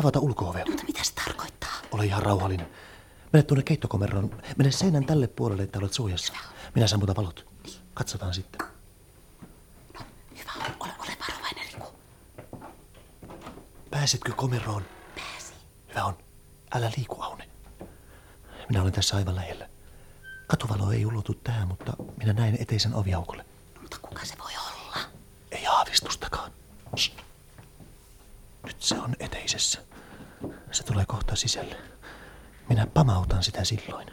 avata ulko-ovea. Mutta mitä se tarkoittaa? Ole ihan rauhallinen. Mene tuonne keittokomeroon. Mene seinän tälle puolelle, että olet suojassa. Minä sammutan valot. Katsotaan sitten. No, hyvä. Ole varovainen, Riku. Pääsitkö komeroon? Pääsi. Hyvä on. Älä liiku, Aune. Minä olen tässä aivan lähellä. Katuvalo ei ulotu tähän, mutta minä näen eteisen oviaukolle. Mutta kuka se voi olla? Ei aavistustakaan. Shh. Nyt se on eteisessä. Se tulee kohta sisälle. Minä pamautan sitä silloin.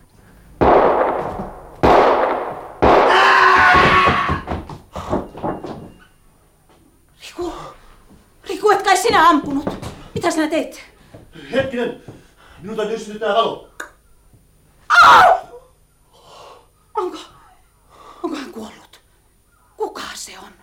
Riku, et kai sinä ampunut? Mitä sinä teit? Hetkinen! Minun täytyy sytyttää valo. Onko hän kuollut? Kuka se on?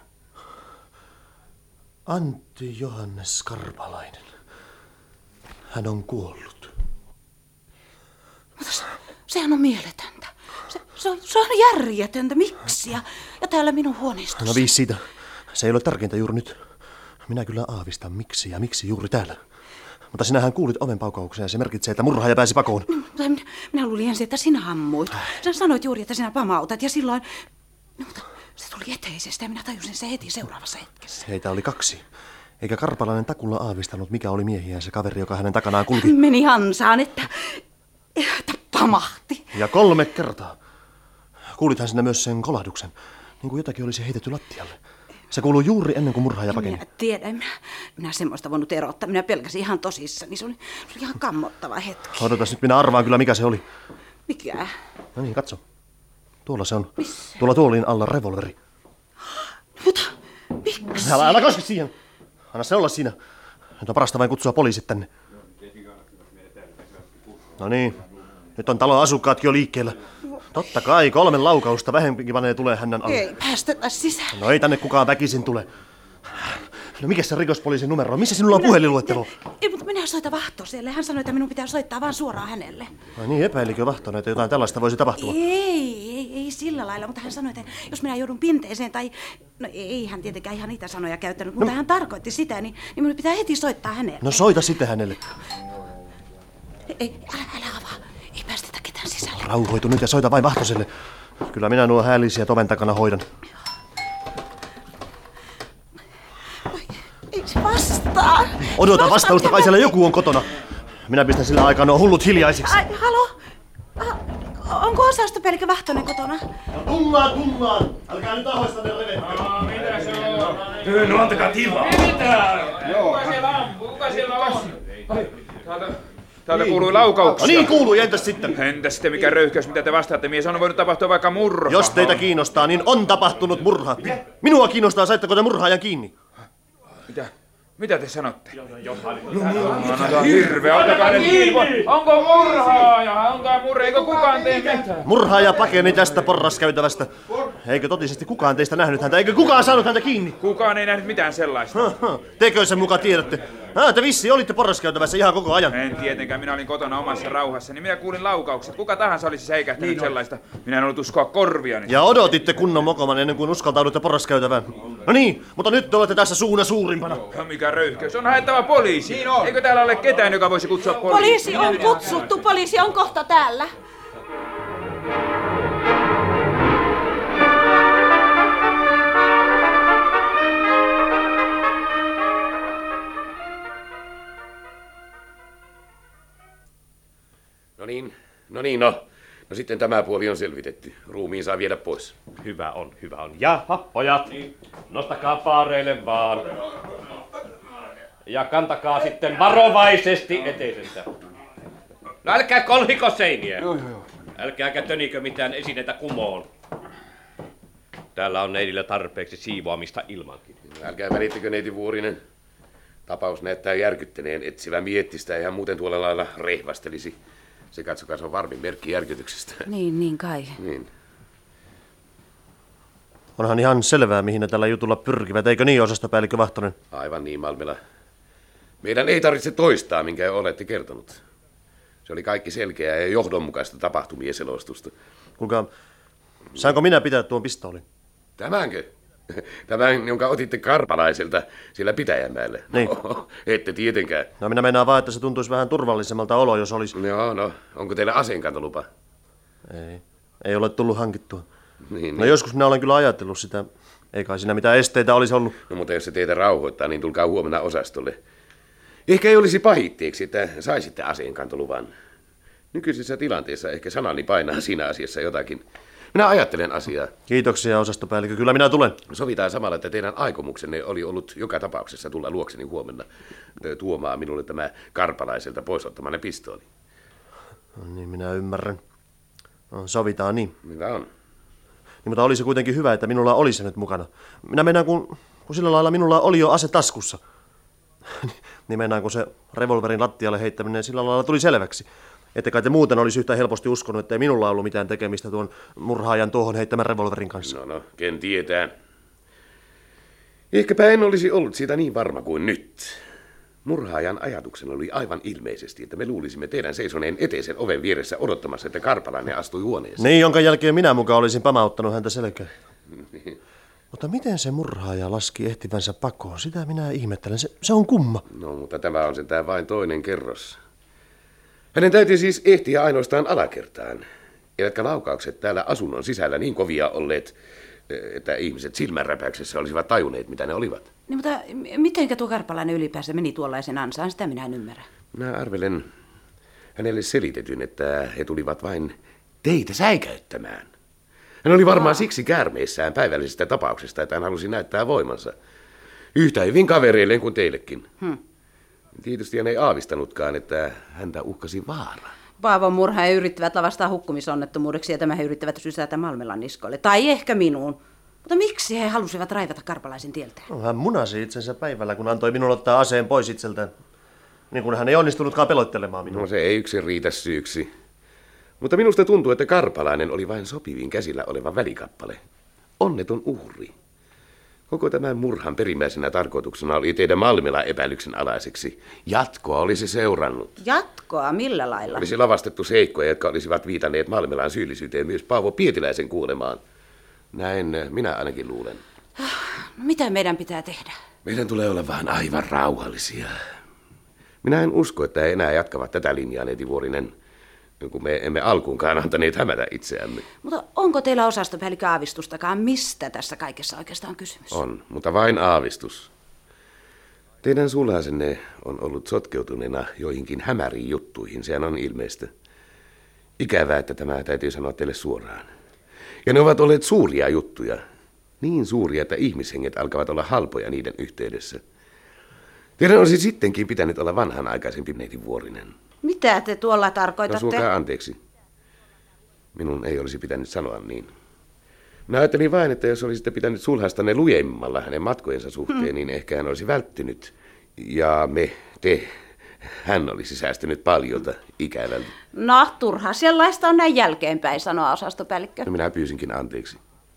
Antti Johannes Karpalainen. Hän on kuollut. Mutta sehän on mieletöntä. Se on järjetöntä. Miksi? Ja täällä minun huoneistossa. No viis siitä. Se ei ole tärkeintä juuri nyt. Minä kyllä aavistan miksi ja miksi juuri täällä. Mutta sinähän kuulit oven paukauksen ja se merkitsee, että murhaaja pääsi pakoon. Minä luulin ensin, että sinä ammuit. Sä sanoit juuri, että sinä pamautat ja silloin... No, mutta se tuli eteisestä ja minä tajusin se heti seuraavassa hetkessä. Heitä oli 2. Eikä Karpalainen takulla aavistanut, mikä oli miehiä se kaveri, joka hänen takanaan kulki. Meni hansaan, että pamahti. Ja 3 kertaa. Kuulithan sinä myös sen kolahduksen, niin kuin jotakin olisi heitetty lattialle. Se kuului juuri ennen kuin murhaaja pakeni. Minä tiedän. Minä semmoista voinut erottaa. Minä pelkäsin ihan tosissani. Se oli ihan kammottava hetki. Odotas nyt, minä arvaan kyllä mikä se oli. Mikä? No niin, katso. Tuolla se on. Missä? Tuolla tuolin alla revolveri. Mutta miksi? Älä koske siihen. Anna se olla siinä. Nyt on parasta vain kutsua poliisit tänne. No niin. Nyt on talon asukkaatkin jo liikkeellä. Totta kai 3 laukausta vähempikin panee tulee hännän alle. Ei päästetä sisään. No ei tänne kukaan väkisin tule. No mikä se rikospoliisin numero on? Missä sinulla on puhelinluettelo? Ei, mutta minä soitan Vahtoselle. Hän sanoi, että minun pitää soittaa vaan suoraan hänelle. No niin, epäilikö Vahtonen, että jotain tällaista voisi tapahtua? Ei sillä lailla, mutta hän sanoi, että jos minä joudun pinteeseen tai... No ei hän tietenkään ihan niitä sanoja käyttänyt, mutta hän tarkoitti sitä, niin minun pitää heti soittaa hänelle. No soita sitten hänelle. Ei, älä avaa. Ei päästetä ketään sisälle. Rauhoitu nyt ja soita vain Vahtoselle. Kyllä minä nuo häällisiä oven takana hoidan. Ei se vastaa. Odota vastausta, kai siellä joku on kotona. Minä pistän sillä aikaa nuo hullut hiljaisiksi. Ai, halo? Onko osastopäällikkö Vahtonen kotona? No tullaan. Älkää nyt ahoistanne revettyä. Mitä se on? No antakaa tilaa. Mitä? Kuka siellä on? Täältä kuului laukauksia. No niin kuului, entäs sitten? Entäs sitten mikä röyhkäys, mitä te vastaatte? Mies on voinut tapahtua vaikka murha. Jos teitä kiinnostaa, niin on tapahtunut murha. Minua kiinnostaa, saitteko te murhaajan kiinni? Mitä te sanotte? No hirveä, ottakaa ne kiinni. Onko murhaaja? Eikö kukaan tee mitään? Murhaaja pakeni tästä porraskäytävästä. Eikö totisesti kukaan teistä nähnyt häntä? Eikö kukaan saanut häntä kiinni? Kukaan ei nähnyt mitään sellaista. Tekö sen muka tiedätte? Te vissi olitte porraskäytävässä ihan koko ajan. En tietenkään, minä olin kotona omassa rauhassa, niin minä kuulin laukaukset. Kuka tahansa olisi säikähtänyt sellaista. Minä en ollut uskoa korviani. Ja odotitte kunnon mokoman ennen kuin uskaltaudutte porraskäytävään. No niin, mutta nyt te olette tässä suuna suurimpana. Mikä röyhkeys? On haettava poliisi. Niin on. Eikö täällä ole ketään, joka voisi kutsua poliisia? Poliisi on kutsuttu. Poliisi on kohta täällä. No sitten tämä puoli on selvitetty. Ruumiin saa viedä pois. Hyvä on. Jaha, pojat, nostakaa paareille vaan. Ja kantakaa sitten varovaisesti eteisestä. No älkää kolhiko seiniä. Joo. Älkääkä tönikö mitään esineitä kumoon. Täällä on neidillä tarpeeksi siivoamista ilmankin. Älkää välittikö neiti Vuorinen. Tapaus näyttää järkyttäneen. Etsivä miettistä ihan muuten tuolla lailla rehvastelisi. Se katsokaa, se on varmin merkki järkytyksestä. Niin kai. Niin. Onhan ihan selvää, mihin ne tällä jutulla pyrkivät, eikö niin, osastopäällikkö Vahtonen? Aivan niin, Malmela. Meidän ei tarvitse toistaa, minkä jo olette kertonut. Se oli kaikki selkeää ja johdonmukaista tapahtumien selostusta. Kuulkaa, saanko minä pitää tuon pistoolin? Tämänkö? Tämän, jonka otitte Karpalaiselta siellä Pitäjänmäellä. Niin. Ette tietenkään. No minä meinaan vaan, että se tuntuisi vähän turvallisemmalta olo, jos olisi. Joo, no, onko teillä aseenkantolupa? Ei ole tullut hankittua. Niin, No joskus minä olen kyllä ajatellut sitä. Ei kai siinä mitään esteitä olisi ollut. No mutta jos se teitä rauhoittaa, niin tulkaa huomenna osastolle. Ehkä ei olisi pahitteeksi, että saisitte aseenkantoluvan. Nykyisessä tilanteessa ehkä sanani painaa siinä asiassa jotakin. Minä ajattelen asiaa. Kiitoksia, osastopäällikkö. Kyllä minä tulen. Sovitaan samalla, että teidän aikomuksenne oli ollut joka tapauksessa tulla luokseni huomenna tuomaan minulle tämä Karpalaiselta pois ottamanne pistooli. No niin, minä ymmärrän. No, sovitaan niin. Hyvä on. Niin, mutta olisi kuitenkin hyvä, että minulla olisi se nyt mukana. Minä meinaan, kun sillä lailla minulla oli jo ase taskussa. Niin meinaan, kun se revolverin lattialle heittäminen sillä lailla tuli selväksi. Että kai te muuten olisi yhtä helposti uskonut, että ei minulla ollut mitään tekemistä tuon murhaajan tuohon heittämän revolverin kanssa. No, ken tietää. Ehkäpä en olisi ollut siitä niin varma kuin nyt. Murhaajan ajatuksena oli aivan ilmeisesti, että me luulisimme teidän seisoneen eteisen oven vieressä odottamassa, että Karpalainen astui huoneeseen. Niin, jonka jälkeen minä mukaan olisin pamauttanut häntä selkään. Mutta miten se murhaaja laski ehtivänsä pakoon? Sitä minä ihmettelen. Se on kumma. No, mutta tämä on sentään vain toinen kerros. Hänen täytyy siis ehtiä ainoastaan alakertaan. Eivätkä laukaukset täällä asunnon sisällä niin kovia olleet, että ihmiset silmänräpäyksessä olisivat tajuneet, mitä ne olivat. Niin, mutta mitenkä tuo Karpalainen ylipäänsä meni tuollaisen ansaan? Sitä minä en ymmärrä. Minä arvelen hänelle selitetyn, että he tulivat vain teitä säikäyttämään. Hän oli varmaan siksi käärmeissään päivällisestä tapauksesta, että hän halusi näyttää voimansa. Yhtä hyvin kavereilleen kuin teillekin. Tietysti hän ei aavistanutkaan, että häntä uhkasi vaara. Paavon murhaaja yrittivät lavastaa hukkumisonnettomuudeksi ja tämä he yrittivät sysätä Malmelan niskoille. Tai ehkä minuun. Mutta miksi he halusivat raivata Karpalaisen tieltä? No, hän munasi itsensä päivällä, kun antoi minulle ottaa aseen pois itseltään. Niin kuin hän ei onnistunutkaan pelottelemaan minua. No se ei yksin riitä syyksi. Mutta minusta tuntuu, että Karpalainen oli vain sopivin käsillä oleva välikappale. Onneton uhri. Koko tämän murhan perimmäisenä tarkoituksena oli tehdä Malmela epäilyksen alaiseksi. Jatkoa olisi seurannut. Jatkoa? Millä lailla? Olisi lavastettu seikkoja, jotka olisivat viitanneet Malmelan syyllisyyteen myös Paavo Pietiläisen kuolemaan. Näin minä ainakin luulen. No, mitä meidän pitää tehdä? Meidän tulee olla vähän aivan rauhallisia. Minä en usko, että he enää jatkavat tätä linjaa, neiti Vuorinen, kun me emme alkuunkaan antaneet hämätä itseämme. Mutta onko teillä osastopäällikkö aavistustakaan, mistä tässä kaikessa oikeastaan on kysymys? On, mutta vain aavistus. Teidän sulhasenne on ollut sotkeutuneena joihinkin hämäriin juttuihin, sehän on ilmeistä. Ikävää, että tämä täytyy sanoa teille suoraan. Ja ne ovat olleet suuria juttuja. Niin suuria, että ihmishenget alkavat olla halpoja niiden yhteydessä. Teidän olisi sittenkin pitänyt olla vanhanaikaisempi neiti Vuorinen. Mitä te tuolla tarkoitatte? No suokaa anteeksi. Minun ei olisi pitänyt sanoa niin. Minä ajattelin vain, että jos olisitte pitänyt sulhastanne lujemmalla hänen matkojensa suhteen, niin ehkä hän olisi välttynyt. Ja hän olisi säästynyt paljolta ikävältä. No, turha sellaista on näin jälkeenpäin, sanoa osastopäällikkö. No minä pyysinkin anteeksi.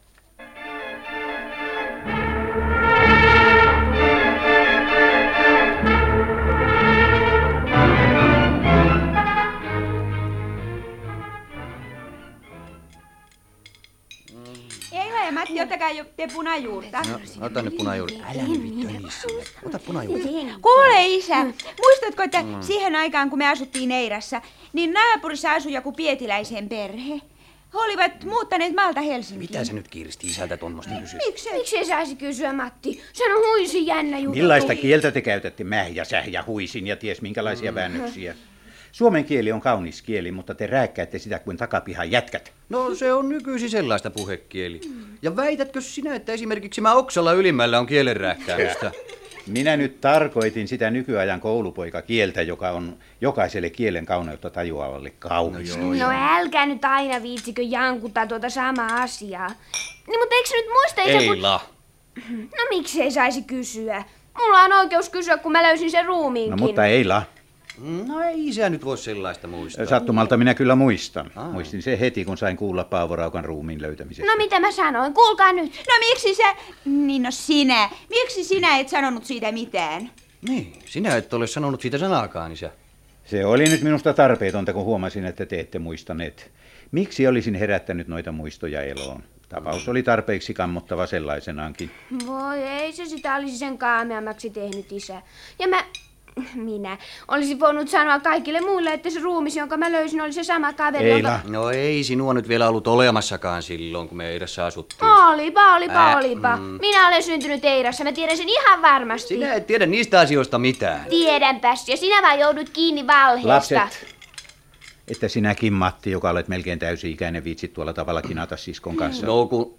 Eila ja Matti, ottakaa jo te punajuurta. No, ota nyt punajuuri. Älä nyt vittu niissä. Ota punajuuri. Kuule isä, muistatko, että siihen aikaan kun me asuttiin Eirassa, niin naapurissa asui joku pietiläisen perhe. He olivat muuttaneet maalta Helsinkiin. Mitä se nyt kiiristi isältä tuommoista kysyä? Miksi ei saisi kysyä, Matti? Se on huisin jännä juttu. Millaista kieltä te käytätte? Mäh ja säh ja huisin ja ties minkälaisia väännöksiä. Suomen kieli on kaunis kieli, mutta te rääkkäätte sitä kuin takapihan jätkät. No se on nykyisin sellaista puhekieli. Ja väitätkö sinä, että esimerkiksi mä Oksalla Ylimmällä on kielen rääkkäämistä? Minä nyt tarkoitin sitä nykyajan koulupoikakieltä, joka on jokaiselle kielen kauneutta tajuavalle kaunista. No älkää nyt aina viitsikö jankuttaa tuota samaa asiaa. Niin, mutta eikö nyt muista isä, Eila. No miksi ei saisi kysyä? Mulla on oikeus kysyä, kun mä löysin sen ruumiinkin. No mutta Eila. No ei isä nyt voi sellaista muistaa. Sattumalta minä kyllä muistan. Muistin se heti, kun sain kuulla Paavo Raukan ruumiin löytämisestä. No mitä mä sanoin? Kuulkaa nyt. No miksi sä... Niin no sinä. Miksi sinä et sanonut siitä mitään? Niin, sinä et ole sanonut siitä sanaakaan, isä. Se oli nyt minusta tarpeetonta, kun huomasin, että te ette muistaneet. Miksi olisin herättänyt noita muistoja eloon? Tapaus oli tarpeeksi kammottava sellaisenaankin. Voi ei se sitä olisi sen kaameammaksi tehnyt, isä. Ja minä olisin voinut sanoa kaikille muille, että se ruumis, jonka mä löysin, oli se sama kaveri, Eila. No ei sinua nyt vielä ollut olemassakaan silloin, kun me Eirassa asuttiin. Olipa. Minä olen syntynyt Eirassa, mä tiedän sen ihan varmasti. Sinä et tiedä niistä asioista mitään. Tiedänpäs, ja sinä vaan joudut kiinni valheesta. Lapset, että sinäkin, Matti, joka olet melkein täysi-ikäinen, viitsit tuolla tavalla kinata siskon kanssa. No kun...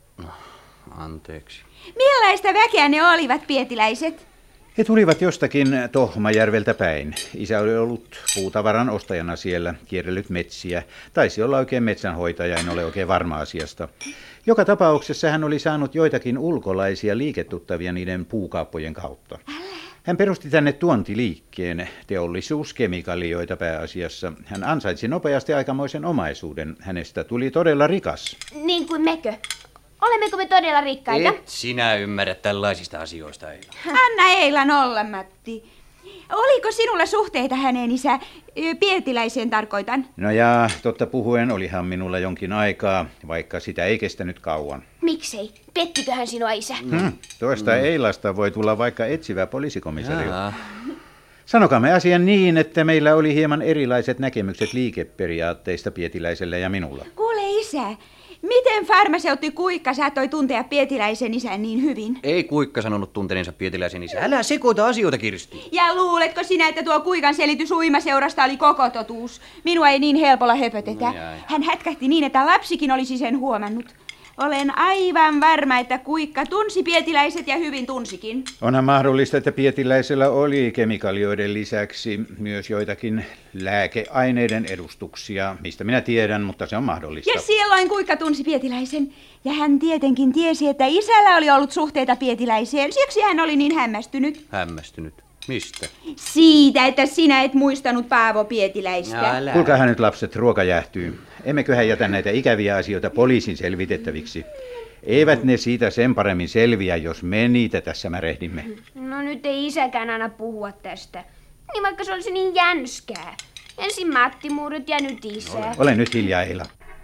Anteeksi. Millaista väkeä ne olivat, pietiläiset? He tulivat jostakin Tohmajärveltä päin. Isä oli ollut puutavaran ostajana siellä, kierrellyt metsiä. Taisi olla oikein metsänhoitaja, en ole oikein varma asiasta. Joka tapauksessa hän oli saanut joitakin ulkolaisia liiketuttavia niiden puukauppojen kautta. Hän perusti tänne tuontiliikkeen, teollisuuskemikalioita pääasiassa. Hän ansaitsi nopeasti aikamoisen omaisuuden. Hänestä tuli todella rikas. Niin kuin mekö? Olemmeko me todella rikkaita? Et sinä ymmärrä tällaisista asioista, Eila. Anna Eilan olla, Matti. Oliko sinulla suhteita hänen isä Pietiläiseen tarkoitan? No ja totta puhuen olihan minulla jonkin aikaa, vaikka sitä ei kestänyt kauan. Miksei? Pettiköhän sinua, isä? Tuosta Eilasta voi tulla vaikka etsivä poliisikomisario. Sanokaamme asian niin, että meillä oli hieman erilaiset näkemykset liikeperiaatteista Pietiläisellä ja minulla. Kuule isä, miten farmaseutti Kuikka saattoi tuntea Pietiläisen isän niin hyvin? Ei Kuikka sanonut tunteneensa Pietiläisen isä. Älä sekoita asioita, Kirsti. Ja luuletko sinä, että tuo Kuikan selitys uimaseurasta oli koko totuus? Minua ei niin helpolla höpötetä. Hän hätkähti niin, että lapsikin olisi sen huomannut. Olen aivan varma, että Kuikka tunsi Pietiläiset ja hyvin tunsikin. Onhan mahdollista, että Pietiläisellä oli kemikalioiden lisäksi myös joitakin lääkeaineiden edustuksia, mistä minä tiedän, mutta se on mahdollista. Ja silloin Kuikka tunsi Pietiläisen. Ja hän tietenkin tiesi, että isällä oli ollut suhteita Pietiläiseen. Siksi hän oli niin hämmästynyt. Hämmästynyt? Mistä? Siitä, että sinä et muistanut Paavo Pietiläistä. Kuulkaa nyt lapset, ruoka jäähtyy. Emmeköhän jätä näitä ikäviä asioita poliisin selvitettäviksi. Eivät ne siitä sen paremmin selviä, jos me niitä tässä märehdimme. No nyt ei isäkään aina puhua tästä. Niin vaikka se olisi niin jänskää. Ensin Matti Murret ja nyt isä. Ole nyt hiljaa, Eila.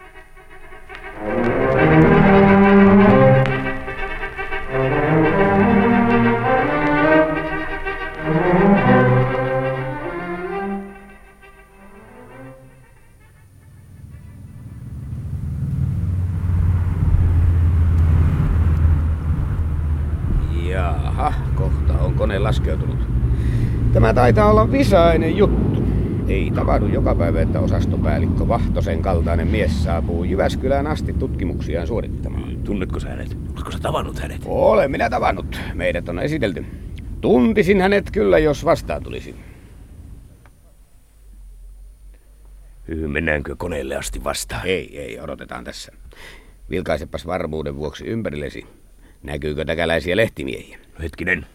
Jaha, kohta on kone laskeutunut. Tämä taitaa olla visainen juttu. Ei tapahdu joka päivä, että osastopäällikkö Vahtosen kaltainen mies saapuu Jyväskylään asti tutkimuksiaan suorittamaan. Tunnetko sä hänet? Oletko sä tavannut hänet? Olen minä tavannut. Meidät on esitelty. Tuntisin hänet kyllä, jos vastaan tulisin. Mennäänkö koneelle asti vastaan? Ei, odotetaan tässä. Vilkaisepas varmuuden vuoksi ympärillesi. Näkyykö täkäläisiä lehtimiehiä? Hetkinen.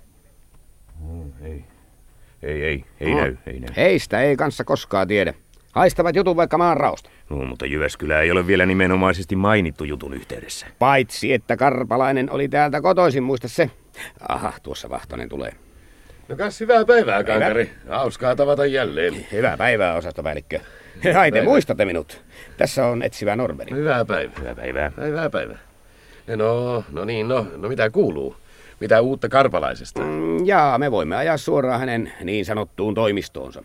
Ei näy. Heistä ei kanssa koskaan tiedä. Haistavat jutun vaikka maan raosta. No, mutta Jyväskylä ei ole vielä nimenomaisesti mainittu jutun yhteydessä. Paitsi, että Karpalainen oli täältä kotoisin, muista se. Aha, tuossa Vahtonen tulee. No kas hyvää päivää, kankari. Hauskaa tavata jälleen. Hyvää päivää, osastopäällikkö. Ai, te muistatte minut. Tässä on etsivä Norberi. Hyvää päivää. No mitä kuuluu? Mitä uutta Karpalaisesta? Jaa, me voimme ajaa suoraan hänen niin sanottuun toimistoonsa.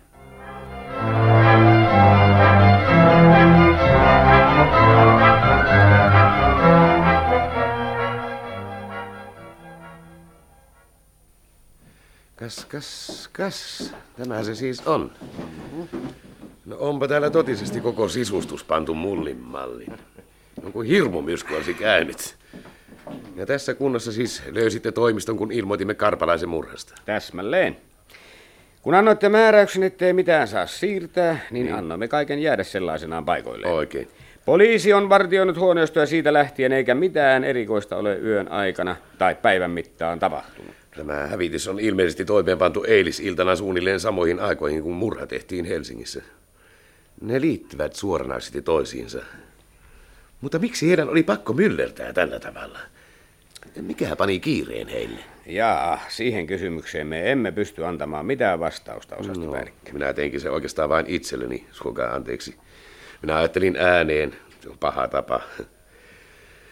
Kas. Tämä se siis on. No onpa täällä totisesti koko sisustus pantu mullin malliin. On kuin hirmumyrsky olisi käynyt. Ja tässä kunnossa siis löysitte toimiston, kun ilmoitimme Karpalaisen murhasta. Täsmälleen. Kun annoitte määräyksen, ettei mitään saa siirtää, niin annoimme kaiken jäädä sellaisenaan paikoilleen. Oikein. Poliisi on vartioinut huoneistoa siitä lähtien, eikä mitään erikoista ole yön aikana tai päivän mittaan tapahtunut. Tämä hävitys on ilmeisesti toimeenpantu eilisiltana suunnilleen samoihin aikoihin, kun murha tehtiin Helsingissä. Ne liittyvät suoranaisesti toisiinsa. Mutta miksi heidän oli pakko myllertää tällä tavalla? Mikä pani kiireen heille? Jaa, siihen kysymykseen me emme pysty antamaan mitään vastausta, osastopäällikkö. Minä teinkin se oikeastaan vain itselleni, suokaa anteeksi. Minä ajattelin ääneen, se on paha tapa.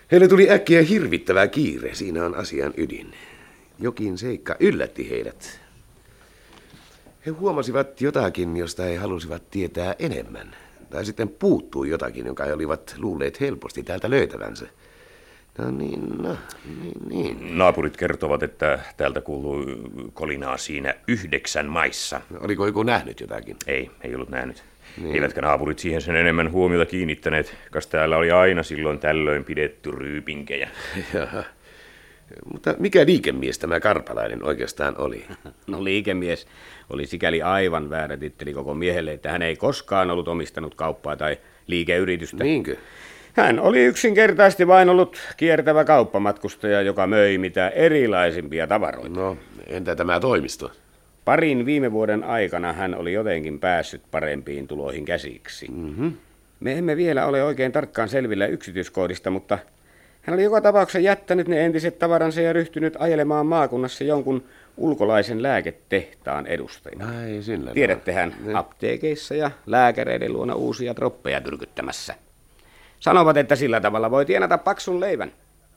Heille tuli äkkiä hirvittävä kiire, siinä on asian ydin. Jokin seikka yllätti heidät. He huomasivat jotakin, josta he halusivat tietää enemmän. Tai sitten puuttui jotakin, jonka he olivat luulleet helposti täältä löytävänsä. No niin. Naapurit kertovat, että täältä kuuluu kolinaa siinä 9 maissa. No, oliko joku nähnyt jotakin? Ei ollut nähnyt. Niin. Eivätkä naapurit siihen sen enemmän huomiota kiinnittäneet, kas täällä oli aina silloin tällöin pidetty ryypinkejä. Jaha. Mutta mikä liikemies tämä Karpalainen oikeastaan oli? No liikemies oli sikäli aivan väärä titteli koko miehelle, että hän ei koskaan ollut omistanut kauppaa tai liikeyritystä. Niinkö? Hän oli yksinkertaisesti vain ollut kiertävä kauppamatkustaja, joka möi mitä erilaisimpia tavaroita. No, entä tämä toimisto? Parin viime vuoden aikana hän oli jotenkin päässyt parempiin tuloihin käsiksi. Mm-hmm. Me emme vielä ole oikein tarkkaan selvillä yksityiskohdista, mutta hän oli joka tapauksessa jättänyt ne entiset tavaransa ja ryhtynyt ajelemaan maakunnassa jonkun ulkolaisen lääketehtaan edustajana. Ai, sillä Tiedättehän, apteekeissa ja lääkäreiden luona uusia troppeja tyrkyttämässä. Sanovat, että sillä tavalla voi tienata paksun leivän.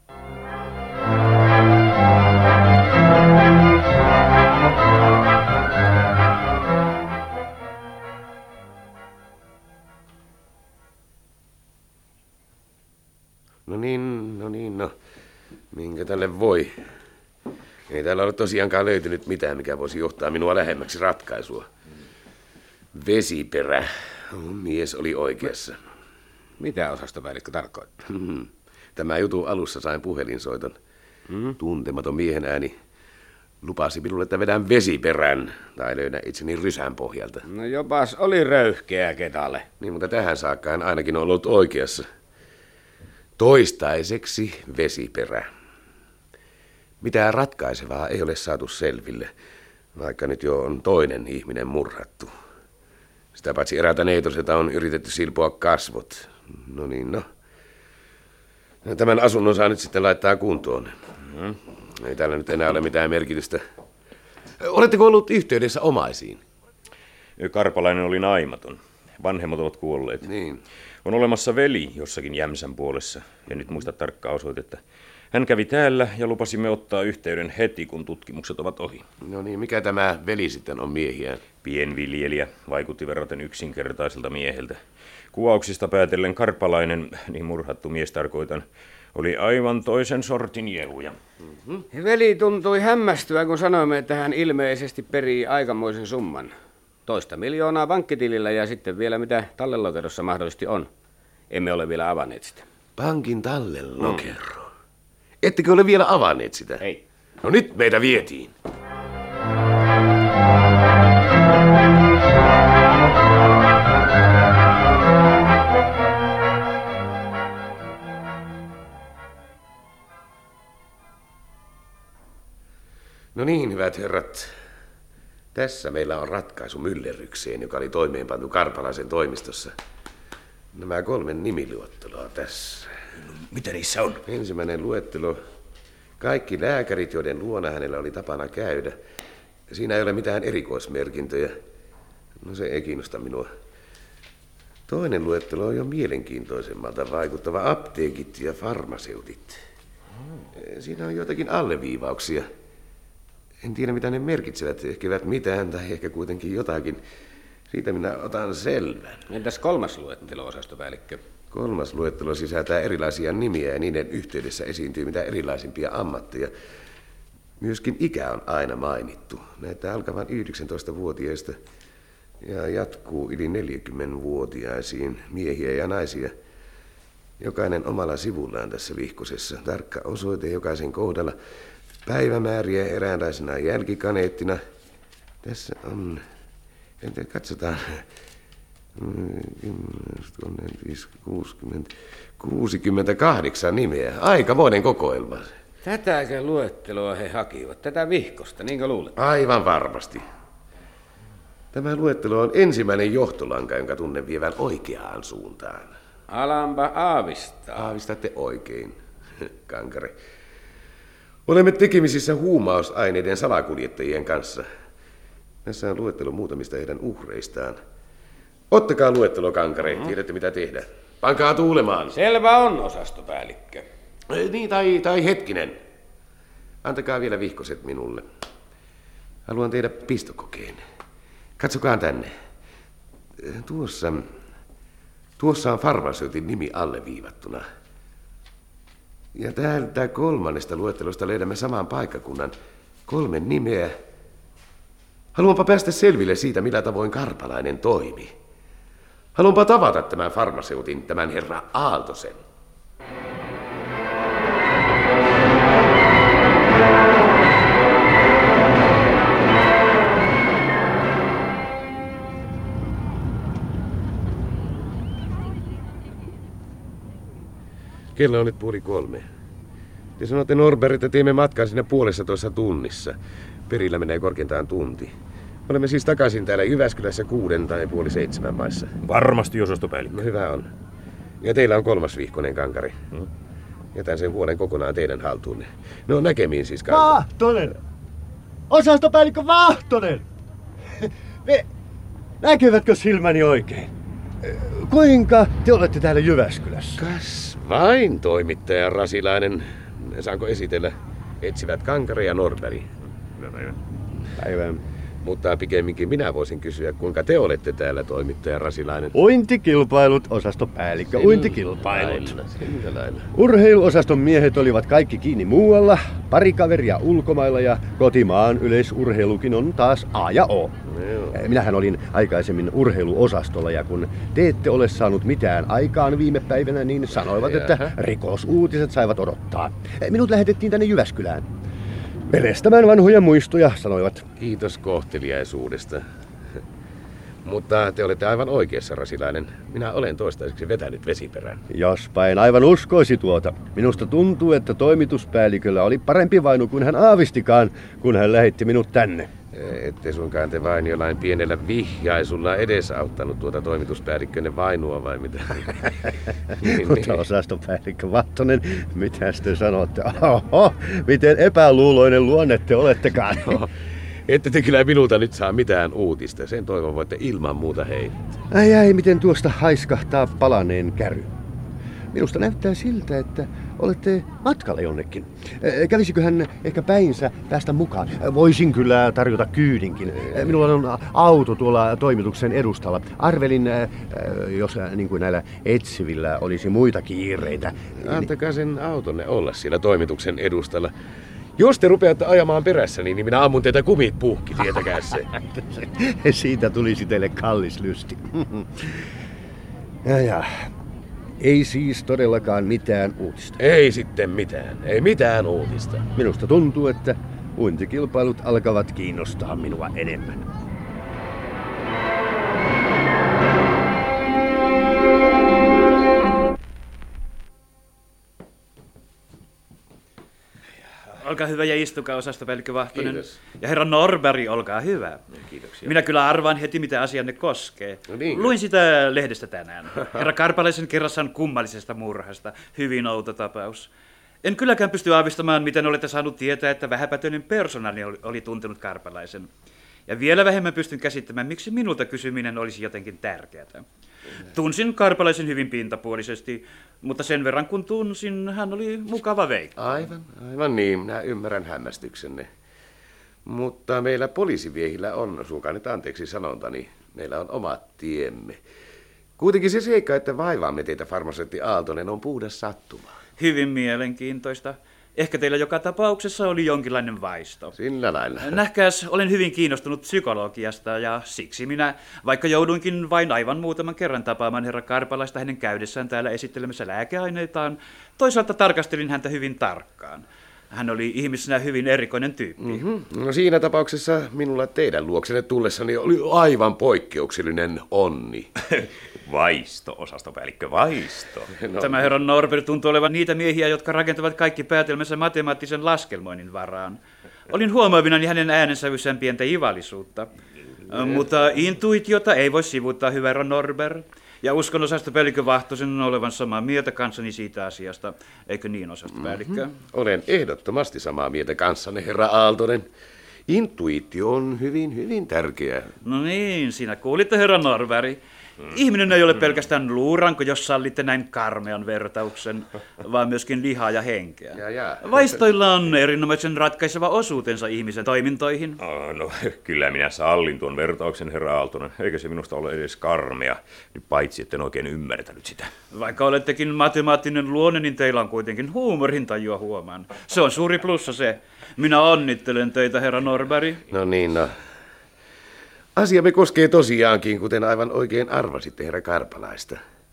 No. Minkä tälle voi? Ei täällä ole tosiaankaan löytynyt mitään, mikä voisi johtaa minua lähemmäksi ratkaisua. Vesiperä. Mies oli oikeassa. Mitä osastopäällikkö tarkoittaa? Tämä jutun alussa sain puhelinsoiton. Tuntematon miehen ääni lupasi minulle, että vedän vesiperän tai löydän itseni rysän pohjalta. No jopas oli röyhkeä Ketalle. Niin, mutta tähän saakka hän ainakin on ollut oikeassa. Toistaiseksi vesiperä. Mitään ratkaisevaa ei ole saatu selville, vaikka nyt jo on toinen ihminen murhattu. Sitä paitsi eräältä neitoselta on yritetty silpoa kasvot. No. Tämän asunnon saa nyt sitten laittaa kuntoon. Ei täällä nyt enää ole mitään merkitystä. Oletteko ollut yhteydessä omaisiin? Karpalainen oli naimaton. Vanhemmat ovat kuolleet. Niin. On olemassa veli jossakin Jämsän puolessa, ja nyt muista tarkkaa osoitetta. Hän kävi täällä ja lupasimme ottaa yhteyden heti, kun tutkimukset ovat ohi. No niin, mikä tämä veli sitten on miehiä? Pienviljelijä, vaikutti verraten yksinkertaiselta mieheltä. Kuvauksista päätellen Karpalainen, niin murhattu mies tarkoitan, oli aivan toisen sortin jehuja. Veli tuntui hämmästyä, kun sanoimme, että hän ilmeisesti perii aikamoisen summan. 2 miljoonaa pankkitilillä ja sitten vielä mitä tallelokerossa mahdollisesti on. Emme ole vielä avanneet sitä. Pankin tallelokero? Ettekö ole vielä avanneet sitä? Ei. No nyt meitä vietiin. No niin, hyvät herrat. Tässä meillä on ratkaisu myllerrykseen, joka oli toimeenpantu Karpalaisen toimistossa. Nämä 3 nimiluetteloa tässä. Mitä niissä on? Ensimmäinen luettelo. Kaikki lääkärit, joiden luona hänellä oli tapana käydä. Siinä ei ole mitään erikoismerkintöjä. No se ei kiinnosta minua. Toinen luettelo on jo mielenkiintoisemmalta vaikuttava. Apteekit ja farmaseutit. Siinä on joitakin alleviivauksia. En tiedä, mitä ne merkitsevät. Ehkevät mitään tai ehkä kuitenkin jotakin. Siitä minä otan selvän. Entäs 3. luettelo, osastopäällikkö? 3. luettelo sisältää erilaisia nimiä ja niiden yhteydessä esiintyy mitä erilaisimpia ammatteja. Myöskin ikä on aina mainittu. Näitä alkavan 19-vuotiaista ja jatkuu yli 40-vuotiaisiin miehiä ja naisia. Jokainen omalla sivullaan tässä vihkosessa. Tarkka osoite jokaisen kohdalla. Päivämääriä eräänlaisena jälkikaneettina. Tässä on... Katsotaan. 68 nimeä. Aikamoinen kokoelma. Tätäkö luetteloa he hakivat? Tätä vihkosta, niinkö luulet? Aivan varmasti. Tämä luettelo on ensimmäinen johtolanka, jonka tunnen vievän oikeaan suuntaan. Alanpa aavistaa. Aavistatte oikein, Kankare. Olemme tekemisissä huumausaineiden salakuljettajien kanssa. Tässä on luettelo muutamista heidän uhreistaan. Ottakaa luettelo, Kankare. Tiedätte, mitä tehdä. Pankaa tuulemaan. Selvä on, osastopäällikkö. Niin, tai hetkinen. Antakaa vielä vihkoset minulle. Haluan tehdä pistokokeen. Katsokaa tänne. Tuossa on farmaseutin nimi alleviivattuna. Ja täältä 3. luettelosta löydämme saman paikkakunnan. 3 nimeä. Haluanpa päästä selville siitä, millä tavoin Karpalainen toimi. Haluanpa tavata tämän farmaseutin, tämän herra Aaltosen. Kello on nyt 2:30. Te sanotte Norberg, että teemme matkaa sinne 1,5 tunnissa. Perillä menee korkeintaan tunti. Olemme siis takaisin täällä Jyväskylässä 6 tai 6:30 maissa. Varmasti, osastopäällikkö. No hyvä on. Ja teillä on 3. vihkonen kankari. Jätän sen huolen kokonaan teidän haltuunne. No näkemiin siis kankari. Vahtonen! Osastopäällikkö Vahtonen! Näkevätkö silmäni oikein? Kuinka te olette täällä Jyväskylässä? Kas vain, toimittaja Rasilainen. Saanko esitellä? Etsivät Kankari ja Norberg. Päivän. Mutta pikemminkin minä voisin kysyä, kuinka te olette täällä, toimittaja Rasilainen? Uintikilpailut, osastopäällikkö, uintikilpailut. Sillä lailla. Urheiluosaston miehet olivat kaikki kiinni muualla, pari kaveria ulkomailla ja kotimaan yleisurheilukin on taas A ja O. Minähän olin aikaisemmin urheiluosastolla ja kun te ette ole saanut mitään aikaan viime päivänä, niin sanoivat, että rikosuutiset saivat odottaa. Minut lähetettiin tänne Jyväskylään. Pelestämään vanhoja muistoja, sanoivat. Kiitos kohteliaisuudesta. Mutta te olette aivan oikeassa, Rasilainen. Minä olen toistaiseksi vetänyt vesiperän. Jospa en aivan uskoisi tuota. Minusta tuntuu, että toimituspäälliköllä oli parempi vainu kuin hän aavistikaan, kun hän lähetti minut tänne. Ette suinkaan te vain jollain pienellä vihjaisulla edesauttanut tuota toimituspäällikkönne vainua vai mitä? Mutta osastopäällikkö Vahtonen, mitä te sanotte? Oho, miten epäluuloinen luonne te olettekaan. Ette te kyllä minulta nyt saa mitään uutista. Sen toivon voitte ilman muuta heittää. Ai, miten tuosta haiskahtaa palaneen käry. Minusta näyttää siltä, että olette matkalla jonnekin. Kävisiköhän ehkä päinsä päästä mukaan? Voisin kyllä tarjota kyydinkin. Minulla on auto tuolla toimituksen edustalla. Arvelin, jos niin kuin näillä etsivillä olisi muita kiireitä. Antakaa sen autonne olla siellä toimituksen edustalla. Jos te rupeatte ajamaan perässäni, niin minä ammun teitä kumit puhki, tietäkää se. Siitä tulisi teille kallis lysti. Ja. Ei siis todellakaan mitään uutista. Ei sitten mitään. Ei mitään uutista. Minusta tuntuu, että uintikilpailut alkavat kiinnostaa minua enemmän. Olkaa hyvä ja istukaa, osastopäällikkö Vahtonen. Kiitos. Ja herra Norberg, olkaa hyvä. Kiitoksia. Minä kyllä arvaan heti, mitä asianne koskee. No niin. Luin sitä lehdestä tänään. Herra Karpalaisen kerrassaan kummallisesta murhasta. Hyvin outo tapaus. En kylläkään pysty aavistamaan, miten olette saanut tietää, että vähäpätöinen persoonani oli tuntenut Karpalaisen. Ja vielä vähemmän pystyn käsittämään, miksi minulta kysyminen olisi jotenkin tärkeää. Tunsin Karpalaisen hyvin pintapuolisesti, mutta sen verran kun tunsin, hän oli mukava veikko. Aivan niin, minä ymmärrän hämmästyksenne. Mutta meillä poliisiviehillä on, suokaa nyt anteeksi sanontani, meillä on omat tiemme. Kuitenkin se seikka, että vaivaamme teitä, farmaseutti Aaltonen, on puhdas sattuma. Hyvin mielenkiintoista. Ehkä teillä joka tapauksessa oli jonkinlainen vaisto. Sillä lailla. Nähkääs, olen hyvin kiinnostunut psykologiasta ja siksi minä, vaikka jouduinkin vain aivan muutaman kerran tapaamaan herra Karpalaista hänen käydessään täällä esittelemässä lääkeaineitaan, toisaalta tarkastelin häntä hyvin tarkkaan. Hän oli ihmisenä hyvin erikoinen tyyppi. No siinä tapauksessa minulla teidän luoksenne tullessani oli aivan poikkeuksellinen onni. Vaisto, osastopäällikkö, vaisto. No. Tämä herra Norberg tuntuu olevan niitä miehiä, jotka rakentavat kaikki päätelmänsä matemaattisen laskelmoinnin varaan. Olin huomaavinani hänen äänensävyssään pientä ivallisuutta. Mutta intuitiota ei voi sivuuttaa, hyvä herra Norberg. Ja uskon osastopäällikkö Vahtosen olevan samaa mieltä kanssani siitä asiasta. Eikö niin, osastopäällikkö? Olen ehdottomasti samaa mieltä kanssanne, herra Aaltonen. Intuitio on hyvin, hyvin tärkeä. No niin, sinä kuulitte, herra Norberg. Ihminen ei ole pelkästään luuranko, jos sallitte näin karmean vertauksen, vaan myöskin lihaa ja henkeä. Vaistoilla on erinomaisen ratkaiseva osuutensa ihmisen toimintoihin. No, kyllä minä sallin tuon vertauksen, herra Aaltonen. Eikä se minusta ole edes karmea, nyt paitsi etten oikein ymmärtänyt sitä. Vaikka olettekin matemaattinen luonne, niin teillä on kuitenkin huumorintajua, huomaan. Se on suuri plussa se. Minä onnittelen teitä, herra Norberg. No niin, no. Asiamme koskee tosiaankin, kuten aivan oikein arvasitte, herra Karpalaista.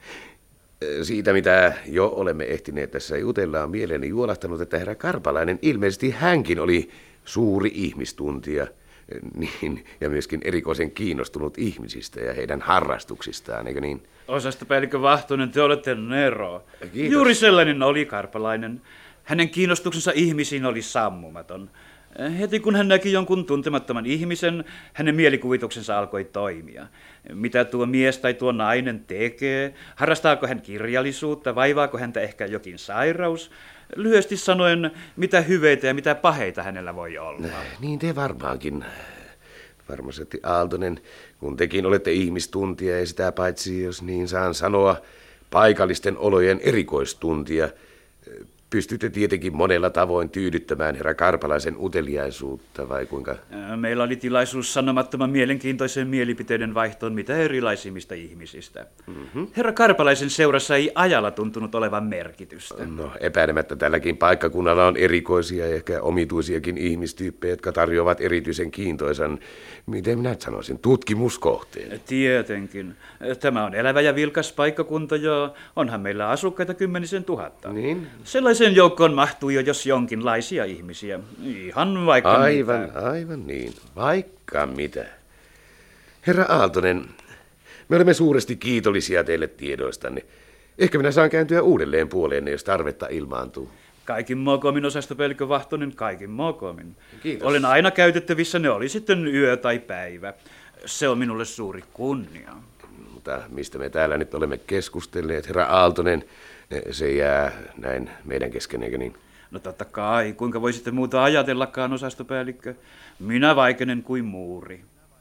Siitä, mitä jo olemme ehtineet tässä jutella, on mieleeni juolahtanut, että herra Karpalainen ilmeisesti hänkin oli suuri ihmistuntija, niin, ja myöskin erikoisen kiinnostunut ihmisistä ja heidän harrastuksistaan, eikö niin? Osastopäällikkö Vahtonen, te olette nero. Kiitos. Juuri sellainen oli Karpalainen. Hänen kiinnostuksensa ihmisiin oli sammumaton. Heti kun hän näki jonkun tuntemattoman ihmisen, hänen mielikuvituksensa alkoi toimia. Mitä tuo mies tai tuo nainen tekee? Harrastaako hän kirjallisuutta? Vaivaako häntä ehkä jokin sairaus? Lyhyesti sanoen, mitä hyveitä ja mitä paheita hänellä voi olla. Niin te varmaankin, varmasti Aaltonen, kun tekin olette ihmistuntija ja sitä paitsi, jos niin saan sanoa, paikallisten olojen erikoistuntija. Pystytte tietenkin monella tavoin tyydyttämään herra Karpalaisen uteliaisuutta, vai kuinka? Meillä oli tilaisuus sanomattoman mielenkiintoisen mielipiteiden vaihtoon mitä erilaisimmista ihmisistä. Herra Karpalaisen seurassa ei ajalla tuntunut olevan merkitystä. No, epäilemättä tälläkin paikkakunnalla on erikoisia ja ehkä omituisiakin ihmistyyppejä, jotka tarjoavat erityisen kiintoisan, miten minä sanoisin, tutkimuskohteen. Tietenkin. Tämä on elävä ja vilkas paikkakunta ja onhan meillä asukkaita 10 000. Niin? Sellaisen joukkoon mahtuu jo jos jonkinlaisia ihmisiä. Ihan vaikka Aivan niin. Vaikka mitä. Herra Aaltonen, me olemme suuresti kiitollisia teille tiedoistanne. Ehkä minä saan kääntyä uudelleen puoleenne, jos tarvetta ilmaantuu. Kaikin mokomin, osastopäällikkö Vahtonen, kaikin mokomin. Kiitos. Olen aina käytettävissä, ne oli sitten yö tai päivä. Se on minulle suuri kunnia. Mutta mistä me täällä nyt olemme keskustelleet, herra Aaltonen, se jää näin meidän kesken, eikö niin? No totta kai, kuinka voisitte muuta ajatellakaan, osastopäällikkö? Minä vaikenen kuin muuri.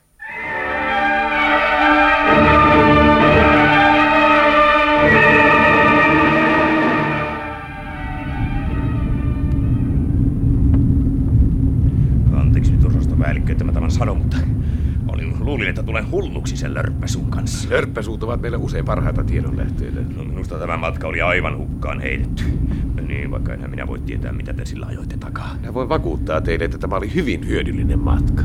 Anteeksi nyt, osastopäällikkö, että mä tämän sanon, mutta luulin, että tulen hulluksi sen lörppäsuun kanssa. Lörppäsuut ovat meillä usein parhaita tiedonlähteitä. No, minusta tämä matka oli aivan hukkaan heitetty. Niin, vaikka enhän minä voi tietää, mitä te sillä ajoitte takaa. Minä voin vakuuttaa teille, että tämä oli hyvin hyödyllinen matka.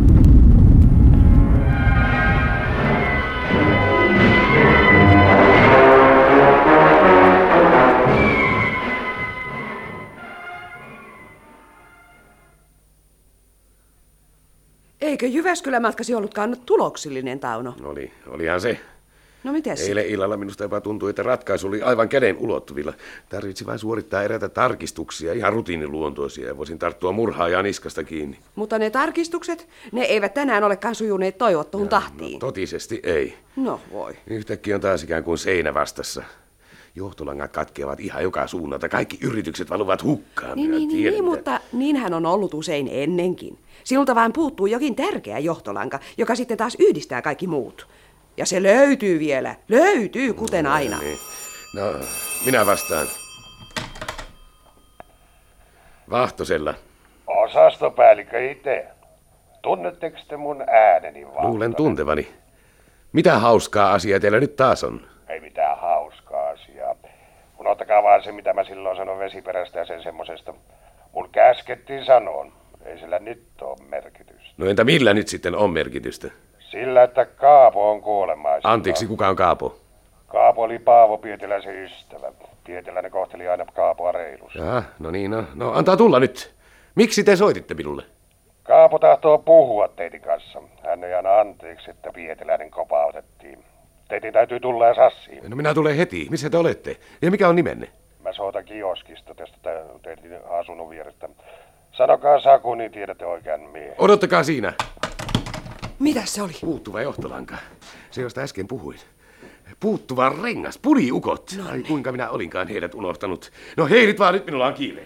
Eikö Jyväskylän-matkasi ollutkaan tuloksellinen, Tauno? Olihan se. No mites? Eilen illalla minusta jopa tuntui, että ratkaisu oli aivan käden ulottuvilla. Tarvitsi vain suorittaa eräitä tarkistuksia, ihan rutiiniluontoisia, ja voisin tarttua murhaajaan niskasta kiinni. Mutta ne tarkistukset, ne eivät tänään olekaan sujuneet toivottuun tahtiin. No, totisesti ei. No voi. Yhtäkkiä on taas ikään kuin seinä vastassa. Johtolangat katkeavat ihan joka suunnalta. Kaikki yritykset valuvat hukkaan. Niin, mutta niinhän on ollut usein ennenkin. Sinulta vain puuttuu jokin tärkeä johtolanka, joka sitten taas yhdistää kaikki muut. Ja se löytyy vielä. Löytyy, kuten aina. Niin. No, minä vastaan. Vahtosella. Osastopäällikkö itse. Tunnetteko te mun ääneni vaan? Luulen tuntevani. Mitä hauskaa asiaa teillä nyt taas on? Ei mitään hauskaa asiaa. Unohtakaa vaan se, mitä mä silloin sanoin vesiperästä ja sen semmosesta. Mun käskettiin sanoon. Ei sillä nyt ole merkitystä. No entä millä nyt sitten on merkitystä? Sillä, että Kaapo on kuolemaisilla. Anteeksi, kuka on Kaapo? Kaapo oli Paavo Pietiläisen ystävä. Pietiläinen kohteli aina Kaapoa reilusti. No niin, no antaa tulla nyt. Miksi te soititte minulle? Kaapo tahtoo puhua teidän kanssa. Hän ei anna anteeksi, että Pietiläinen kopautettiin. Teidän täytyy tulla ja sassiin. No minä tulen heti. Missä te olette? Ja mikä on nimenne? Mä soitan kioskista tästä teidän asunnon vierestä. Sanokaa Saku, niin tiedätte oikean miehen. Odottakaa siinä. Mitäs se oli? Puuttuva johtolanka. Se, josta äsken puhuin. Puuttuva rengas, puliukot. No, ai kuinka minä olinkaan heidät unohtanut. No heirit vaan, nyt minulla on kiire.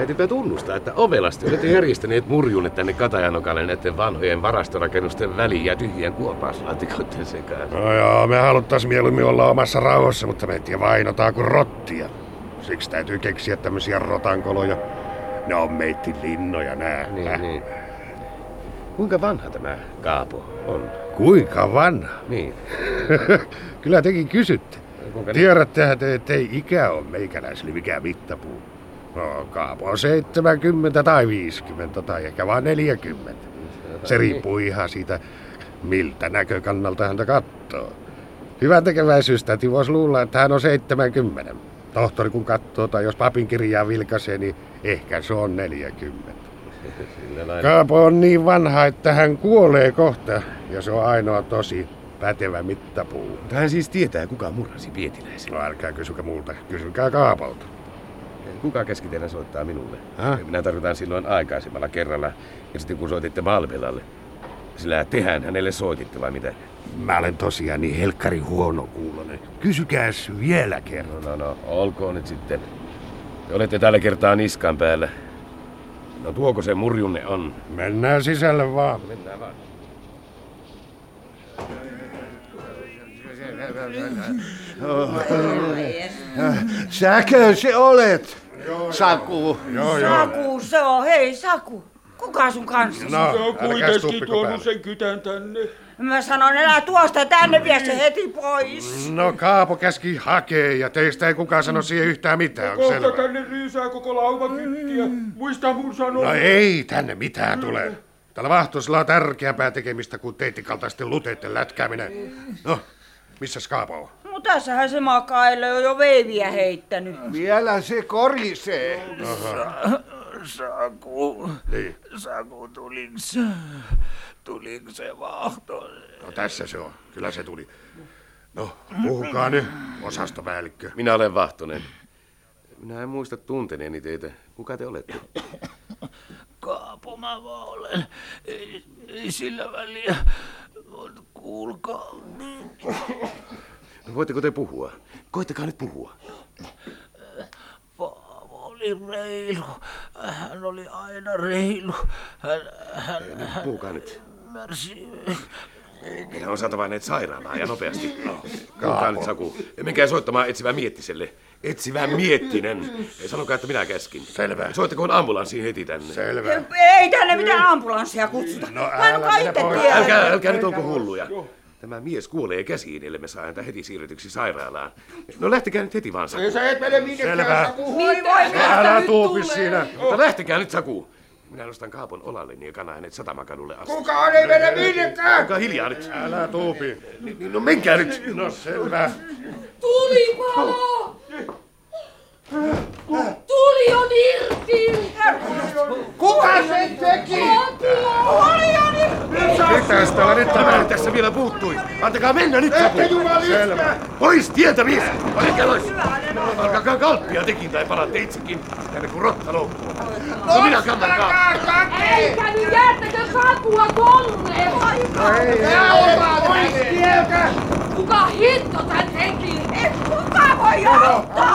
täytyypä tunnustaa, että ovelasti olette järjestäneet murjunne tänne Katajanokalle näiden vanhojen varastorakennusten väliin ja tyhjien kuopauslaatikoiden sekaan. No joo, me haluttais mieluummin olla omassa rauhassa, mutta meitä vainotaan kuin rottia. Siksi täytyy keksiä tämmöisiä rotankoloja. Ne on meitti linnoja nää. Niin. Kuinka vanha tämä Kaapo on? Kuinka vanha? Niin. Kyllä tekin kysytte. Kuinka Tiedättehän te, ettei ikä ole meikäläisille mikään mittapuu. No, Kaapo on 70 tai 50 tai ehkä vain 40. Se riippuu ihan siitä, miltä näkökannalta häntä katsoo. Hyvän tekeväisyys täytyy voisi luulla, että hän on 70. Tohtori kun katsoo tai jos papin kirjaa vilkaisee, niin ehkä se on 40. Kaapo on niin vanha, että hän kuolee kohta ja se on ainoa tosi pätevä mittapuu. Hän siis tietää, kuka murhasi Pietiläisen. No älkää kysykää multa, kysykää Kaapolta. Kuka käski teidän soittaa minulle? Minä tarvitaan silloin aikaisemmalla kerralla ja sitten kun soititte Malvelalle. Sillä tehän hänelle soititte vai mitä? Mä olen tosiaan niin helkkari huonokuulonen. Kysykääs vielä kerran. No, olkoon nyt sitten. Te olette tällä kertaa niskan päällä. No tuoko se murjunne on? Mennään sisälle vaan. Mennään vaan. Säkö se olet, Saku? Saku se on, hei Saku. Kuka sun kanssa? No, se on kuitenkin tuonut sen kytän tänne. Mä sanon, älä tuosta tänne, vie se heti pois. No Kaapo käski hakee ja teistä ei kukaan sano siihen yhtään mitään, onko selvä? Kohta tänne ryysää koko lauma kyttiä. Muista mun sanoa. No ei tänne mitään tule. Tällä vahtosilla on tärkeämpää tekemistä kuin teittikaltaisten luteiden lätkääminen. No, missäs Kaapo on? No tässähän se makailee, on jo veiviä heittänyt. Vielä se korisee. Saku. Niin. Saku, tuliko se vahto? No tässä se on. Kyllä se tuli. No, puhukaa nyt, osastopäällikkö. Minä olen Vahtonen. Minä en muista tunteneeni teitä. Kuka te olette? Kaapo mä vaan olen. Ei sillä väliä. Kuulkaa. No, voitteko te puhua? Koittakaa nyt puhua. Oli reilu. Hän oli aina reilu. Puhukaa nyt. Märsi. Meidän on saatava hänet sairaalaan ja nopeasti. Puhukaa nyt, Saku. Menkää soittamaan etsivään Miettiselle. Etsivään Miettinen. Sanokaa, että minä käskin. Selvä. Soittakoon ambulanssiin heti tänne. Selvä. Ei tänne mitään ambulanssia kutsuta. No älä itse tiedä. Älkää nyt olko hulluja. Tämä mies kuolee käsiin, ellei me saa häntä heti siirretyksi sairaalaan. No lähtekää nyt heti vaan, Saku. Ei sä et mene minnekään, Selvä. Saku. Älä tuupi siinä. Mutta lähtekää nyt, Saku. Minä nostan Kaapon olalleni ja kannan hänet Satamakadulle asti. Kukaan ei mene minnekään. Olkaa hiljaa nyt. Älä tuupi. No menkää nyt. No selvä. Tulipalo! Tuli on irti! Kuka sen teki? Mitäs täällä nyt Tämä tässä vielä puuttui. Antakaa mennä nyt, Saku. Selvä. Pois tieltä, mies! Menkää pois! Alkakaa kalppia tekin tai palaatte itsekin. Tänne kun rotta loukkuu. No minä kannan Kaapon. Eikä nyt jättäkö Sakua tonne! Pois tieltä! Kuka hitto tän teki? Kuka voi johtaa?